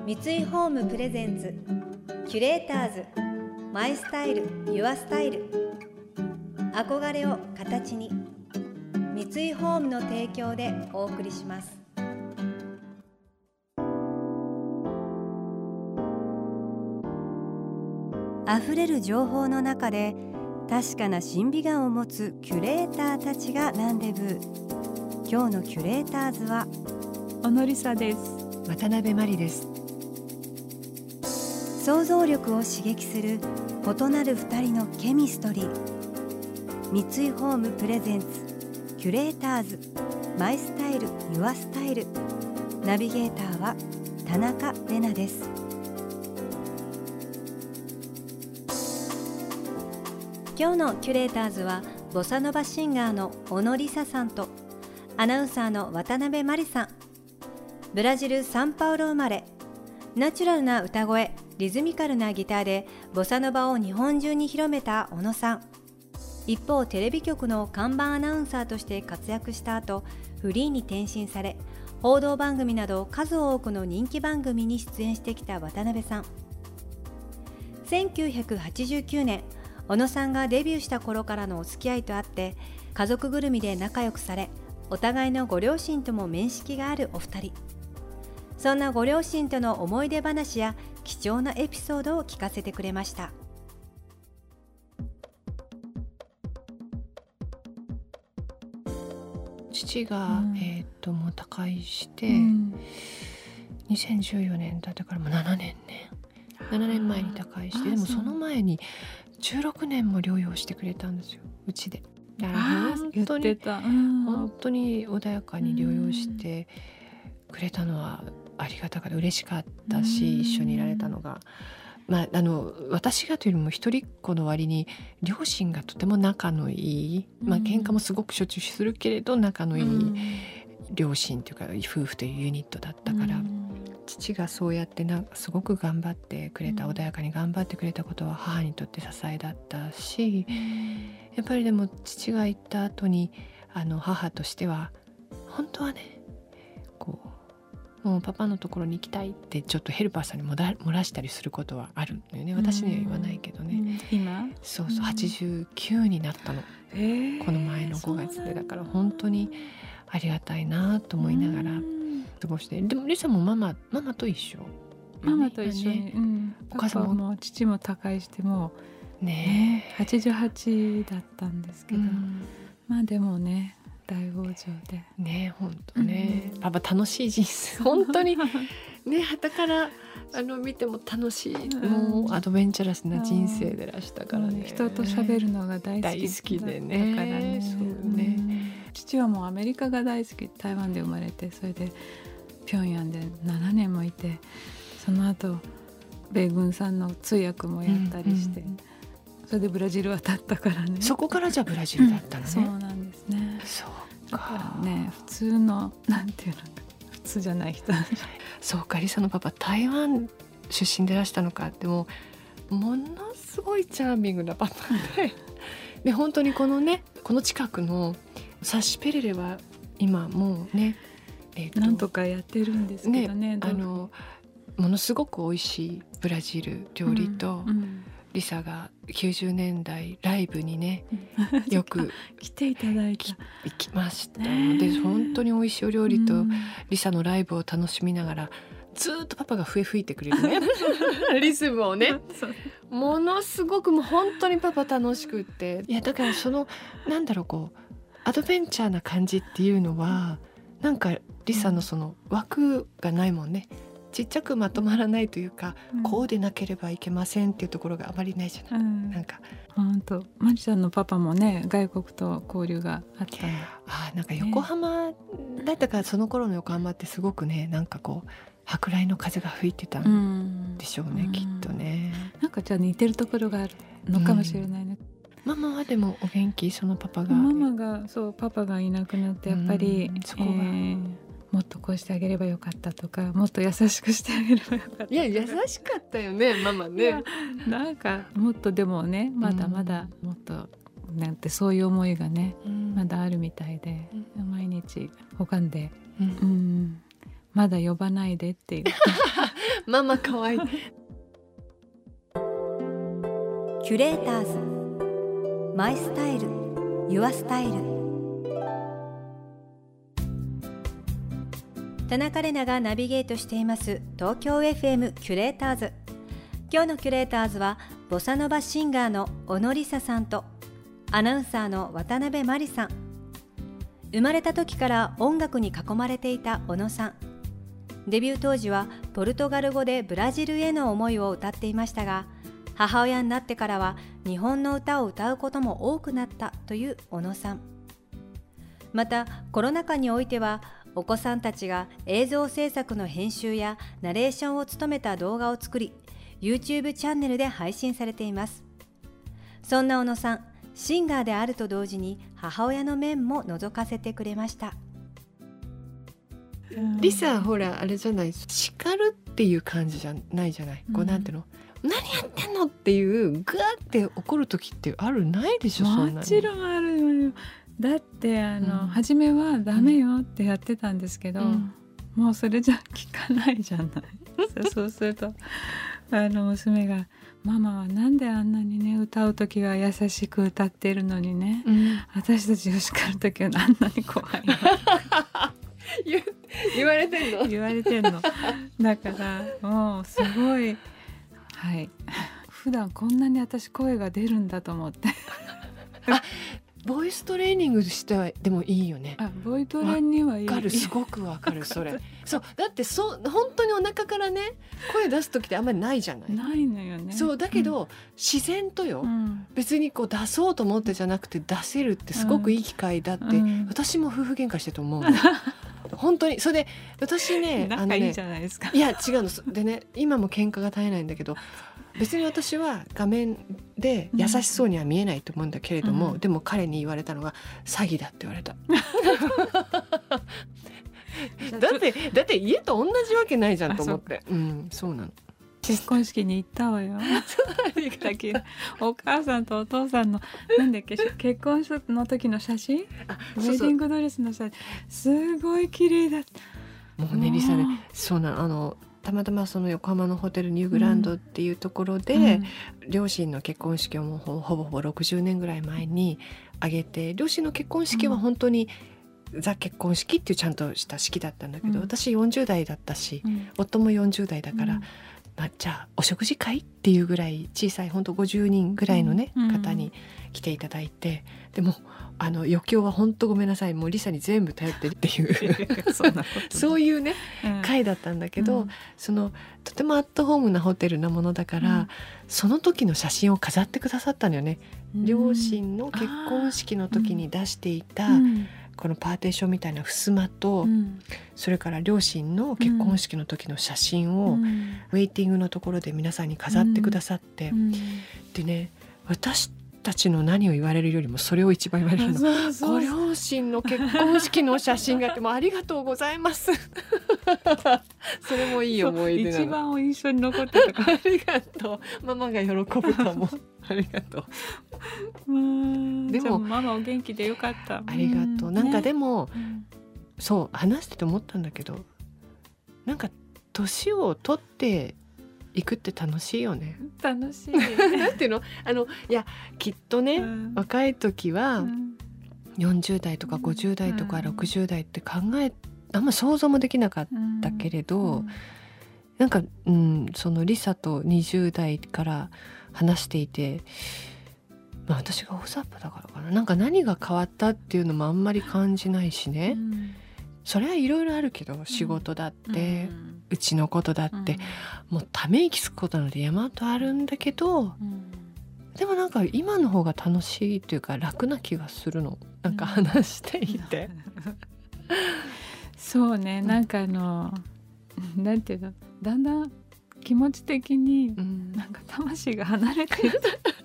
三井ホームプレゼンツキュレーターズマイスタイルユアスタイル、憧れを形に、三井ホームの提供でお送りします。あふれる情報の中で確かな審美眼を持つキュレーターたちがランデブー。今日のキュレーターズは小野梨沙です。 渡辺真理です。 想像力を刺激する異なる二人のケミストリー。三井ホームプレゼンツキュレーターズマイスタイルユアスタイル、ナビゲーターは田中れなです。今日のキュレーターズはボサノバシンガーの小野梨沙さんとアナウンサーの渡辺真理さん。ブラジル・サンパウロ生まれ、ナチュラルな歌声、リズミカルなギターでボサノバを日本中に広めた小野さん。一方、テレビ局の看板アナウンサーとして活躍した後、フリーに転身され、報道番組など数多くの人気番組に出演してきた渡辺さん。1989年、小野さんがデビューした頃からのお付き合いとあって、家族ぐるみで仲良くされ、お互いのご両親とも面識があるお二人。そんなご両親との思い出話や貴重なエピソードを聞かせてくれました。 父が、もう他界して、2014年だったからもう7年前に他界して、でもその前に16年も療養してくれたんですよ、うちで。だから本当に穏やかに療養してくれたのはありがたかった、嬉しかったし、一緒にいられたのが、私がというよりも一人っ子の割に両親がとても仲のいい、喧嘩もすごくしょっちゅうするけれど仲のいい両親というか夫婦というユニットだったから、父がそうやってすごく頑張ってくれた、穏やかに頑張ってくれたことは母にとって支えだったし、やっぱりでも父が行った後に母としては本当はね、もうパパのところに行きたいってちょっとヘルパーさんに漏らしたりすることはあるのよね。私には言わないけどね、 今そう89になったの、この前の5月で。だから本当にありがたいなと思いながら過ごして、でもリサもママと一緒、 ママと一緒に、お母さんも父も他界してもね、88だったんですけど、でもね大往生でね、本当ね、パパ楽しい人生本当にね、傍から見ても楽しい、もうアドベンチャラスな人生でらしたからね、 人と喋るのが大好きでね、 だからね。 そうね、 父はもうアメリカが大好き、台湾で生まれて、それで平壌で7年もいて、その後米軍さんの通訳もやったりして、それでブラジル渡ったからね。 そこからじゃあブラジルだったのね、 そうなんですね。 そうだからね、普通のなんていうの、普通じゃない人そうか、リサのパパ台湾出身でいらしたのかって、ものすごいチャーミングなパパで本当にこの近くのサシペレレは今もうね、 なんとかやってるんですけどね、 ものすごく美味しいブラジル料理と、リサが90年代ライブにねよく来ていただいた、 行きましたので、本当に美味しいお料理とリサのライブを楽しみながら、ずっとパパが笛吹いてくれるねリズムをねものすごくもう本当にパパ楽しくって、いやだからアドベンチャーな感じっていうのはなんかリサのその枠がないもんね、ちっちゃくまとまらないというか、こうでなければいけませんっていうところがあまりないじゃない、なんか本当、マリちゃんのパパもね外国と交流があったんだ。 なんか横浜だったから、その頃の横浜ってすごくね、なんか舶来の風が吹いてたんでしょうね、きっとね。 なんかじゃあ似てるところがあるのかもしれないね。 ママはでもお元気？そのパパが、 パパがいなくなって、やっぱり、 そこがもっとこうしてあげればよかったとか、もっと優しくしてあげればよかった。 いや優しかったよねママね。 なんかもっとでもね、まだまだもっとなんて、そういう思いがね、まだあるみたいで、毎日拝んで、 まだ呼ばないでっていうママかわいい。 キュレーターズマイスタイルユアスタイル。田中れながナビゲートしています東京 FM キュレーターズ。今日のキュレーターズはボサノバシンガーの小野梨沙さんとアナウンサーの渡辺真理さん。生まれた時から音楽に囲まれていた小野さん。デビュー当時はポルトガル語でブラジルへの思いを歌っていましたが、母親になってからは日本の歌を歌うことも多くなったという小野さん。またコロナ禍においてはお子さんたちが映像制作の編集やナレーションを務めた動画を作り YouTube チャンネルで配信されています。そんな小野さん、シンガーであると同時に母親の面も覗かせてくれました。 リサほらあれじゃない、叱るっていう感じじゃないじゃない、こうなんていうの、何やってんのっていうガーって怒る時ってあるないでしょ。そんなにもちろんあるよ。だって初めはダメよってやってたんですけど、もうそれじゃ聞かないじゃないそうすると娘がママはなんであんなにね歌う時は優しく歌っているのにね、私たちを叱る時はあんなに怖いの言われてんの言われてんのだからもうすごいはい普段こんなに私声が出るんだと思ってボイストレーニングしてはでもいいよね。 ボイトレにはいい。 わかる、すごくわかるそれそうだって本当にお腹からね声出す時ってあんまりないじゃない。 ないのよね。 そうだけど、自然とよ、別にこう出そうと思ってじゃなくて出せるってすごくいい機会だって、私も夫婦喧嘩してると思うの本当に。それで私ね仲いいじゃないですか。 いや違うのでね、今も喧嘩が絶えないんだけど、別に私は画面で優しそうには見えないと思うんだけれども、でも彼に言われたのが詐欺だって言われただって家と同じわけないじゃんと思って。そうなの。 結婚式に行ったわよだけどお母さんとお父さんのなんだっけ結婚の時の写真、ウェディングドレスの写真すごい綺麗だった。 もうねリサね、そうなの。たまたまその横浜のホテルニューグランドっていうところで、両親の結婚式をもうほぼ60年ぐらい前に挙げて、両親の結婚式は本当にザ結婚式っていうちゃんとした式だったんだけど、私40代だったし、夫も40代だから、じゃあお食事会っていうぐらい小さい本当50人ぐらいのね、方に来ていただいて、でも余興は本当ごめんなさい、もうリサに全部頼ってるっていうそういうね、会だったんだけど、とてもアットホームなホテルなものだから、その時の写真を飾ってくださったのよね。両親の結婚式の時に出していた、このパーテーションみたいな襖と、それから両親の結婚式の時の写真を、ウェイティングのところで皆さんに飾ってくださって、でね、私たちの何を言われるよりもそれを一番言われるの。ご両親の結婚式の写真があってもありがとうございますそれもいい思い出なの。 一番印象に残ってたからありがとう、ママが喜ぶと思うありがとう。 でもママお元気でよかった。 ありがとう。なんかでも、そう話してて思ったんだけど、なんか年を取って行くって楽しいよね。 楽しいなんていうの、いやきっとね、若い時は40代とか50代とか60代ってあんま想像もできなかったけれど、なんか、そのリサと20代から話していて、私が大雑把だからかな、なんか何が変わったっていうのもあんまり感じないしね、それはいろいろあるけど、仕事だって、うちのことだって、もうため息つくことなんて山ほどあるんだけど、でもなんか今の方が楽しいというか楽な気がするの、なんか話していて、 そうね、なんかなんていうの、だんだん気持ち的になんか魂が離れてい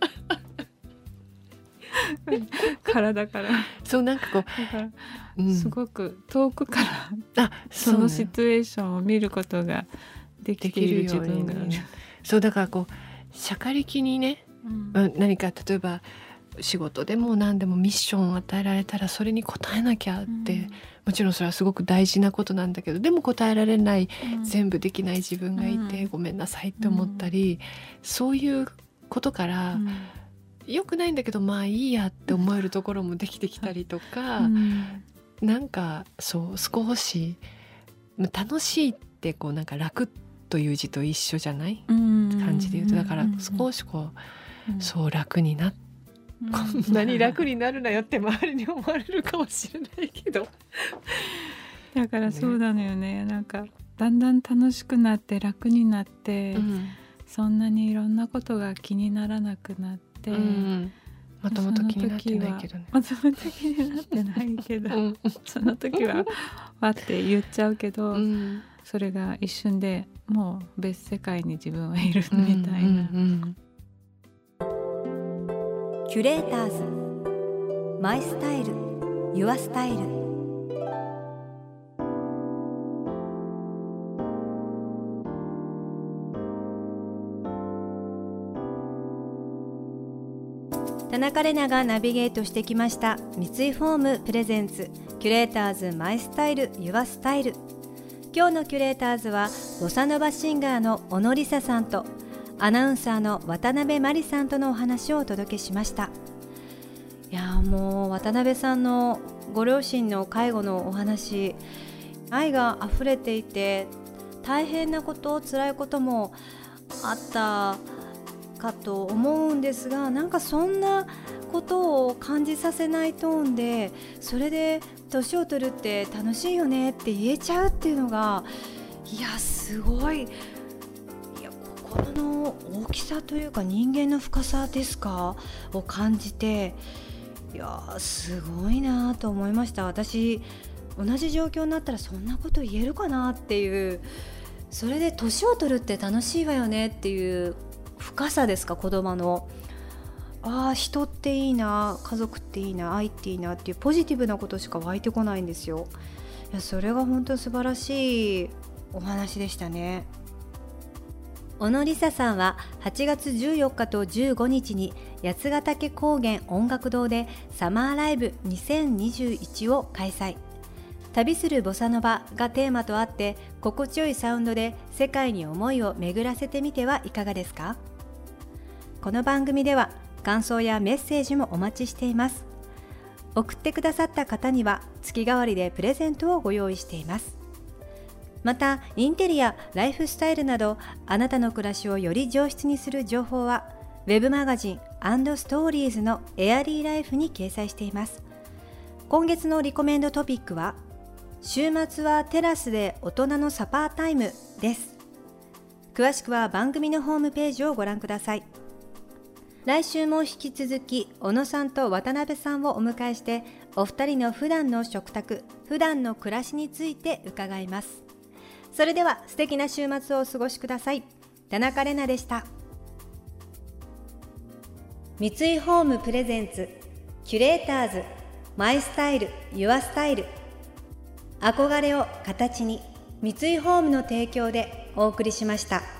った体から、 そうなんかこう、すごく遠くからそのシチュエーションを見ることができている自分がある。 そうだからこうしゃかりきにね、何か例えば仕事でも何でもミッションを与えられたらそれに応えなきゃって、もちろんそれはすごく大事なことなんだけど、でも応えられない、全部できない自分がいて、ごめんなさいって思ったり、そういうことから、良くないんだけどまあいいやって思えるところもできてきたりとか、なんかそう少し楽しいってこうなんか楽という字と一緒じゃない、感じで言うと、だから少しこう、そう楽になって、こんなに楽になるなよって周りに思われるかもしれないけどだからそうなのよね。なんかだんだん楽しくなって楽になって、そんなにいろんなことが気にならなくなって、 もともと気になってないけどね。 もともと気になってないけど、その時はわって言っちゃうけど、それが一瞬でもう別世界に自分はいるみたいな。 キュレーターズマイスタイルユアスタイル。田中れながナビゲートしてきました三井フォームプレゼンツキュレーターズマイスタイルユアスタイル。今日のキュレーターズはボサノバシンガーの小野梨沙さんとアナウンサーの渡辺真理さんとのお話をお届けしました。いやもう渡辺さんのご両親の介護のお話、愛があふれていて大変なこと辛いこともあったかと思うんですが、なんかそんなことを感じさせないトーンで、それで年を取るって楽しいよねって言えちゃうっていうのが、いやすごい、心の大きさというか人間の深さですかを感じて、いやすごいなと思いました。私同じ状況になったらそんなこと言えるかなっていう、それで年を取るって楽しいわよねっていう深さですか、言葉の。人っていいな、家族っていいな、愛っていいなっていうポジティブなことしか湧いてこないんですよ。いやそれが本当に素晴らしいお話でしたね。小野梨沙さんは8月14日と15日に八ヶ岳高原音楽堂でサマーライブ2021を開催。旅するボサノバがテーマとあって、心地よいサウンドで世界に思いを巡らせてみてはいかがですか。この番組では感想やメッセージもお待ちしています。送ってくださった方には月替わりでプレゼントをご用意しています。またインテリア、ライフスタイルなどあなたの暮らしをより上質にする情報はウェブマガジン&ストーリーズのエアリーライフに掲載しています。今月のリコメンドトピックは週末はテラスで大人のサパータイムです。詳しくは番組のホームページをご覧ください。来週も引き続き小野さんと渡辺さんをお迎えして、お二人の普段の食卓、普段の暮らしについて伺います。それでは素敵な週末をお過ごしください。田中れなでした。三井ホームプレゼンツキュレーターズマイスタイルユアスタイル。憧れを形に、三井ホームの提供でお送りしました。